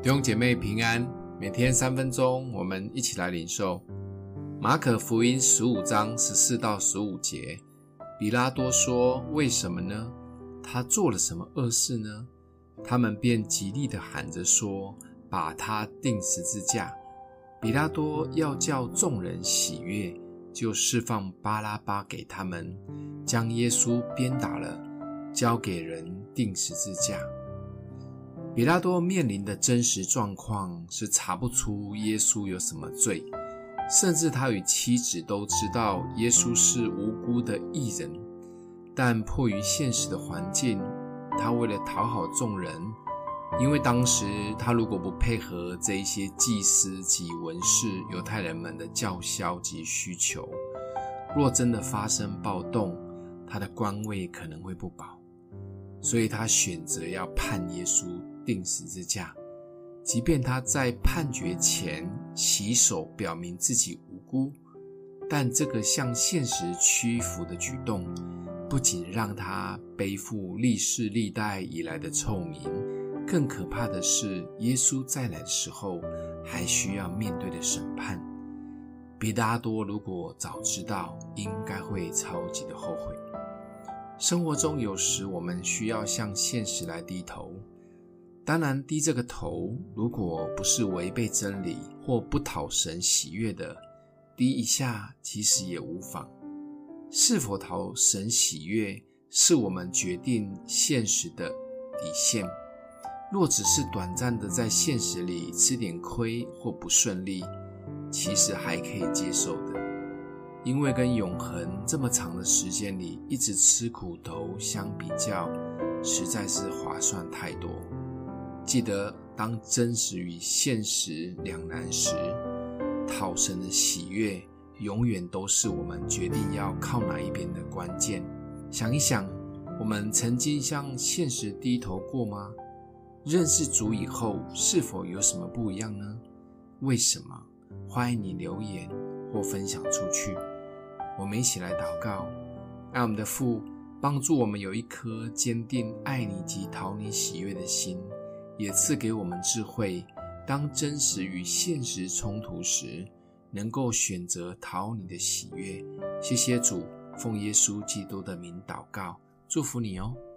弟兄姐妹平安，每天3分钟，我们一起来领受马可福音15章14到15节。比拉多说：为什么呢？他做了什么恶事呢？他们便极力地喊着说：把他钉十字架。比拉多要叫众人喜悦，就释放巴拉巴给他们，将耶稣鞭打了，交给人钉十字架。比拉多面临的真实状况是查不出耶稣有什么罪，甚至他与妻子都知道耶稣是无辜的义人，但迫于现实的环境，他为了讨好众人，因为当时他如果不配合这一些祭司及文士犹太人们的叫嚣及需求，若真的发生暴动，他的官位可能会不保，所以他选择要判耶稣钉十字架。即便他在判决前洗手表明自己无辜，但这个向现实屈服的举动，不仅让他背负历世历代以来的臭名，更可怕的是耶稣再来的时候还需要面对的审判。比拉多如果早知道，应该会超级的后悔。生活中有时我们需要向现实来低头，当然低这个头如果不是违背真理或不讨神喜悦的，低一下其实也无妨。是否讨神喜悦是我们决定现实的底线，若只是短暂的在现实里吃点亏或不顺利，其实还可以接受的，因为跟永恒这么长的时间里一直吃苦头相比较，实在是划算太多。记得当真实与现实两难时，讨神的喜悦永远都是我们决定要靠哪一边的关键。想一想，我们曾经向现实低头过吗？认识主以后，是否有什么不一样呢？为什么？欢迎你留言或分享出去。我们一起来祷告。爱我们的父，帮助我们有一颗坚定爱你及讨你喜悦的心，也赐给我们智慧，当真实与现实冲突时，能够选择讨你的喜悦。谢谢主，奉耶稣基督的名祷告，祝福你哦。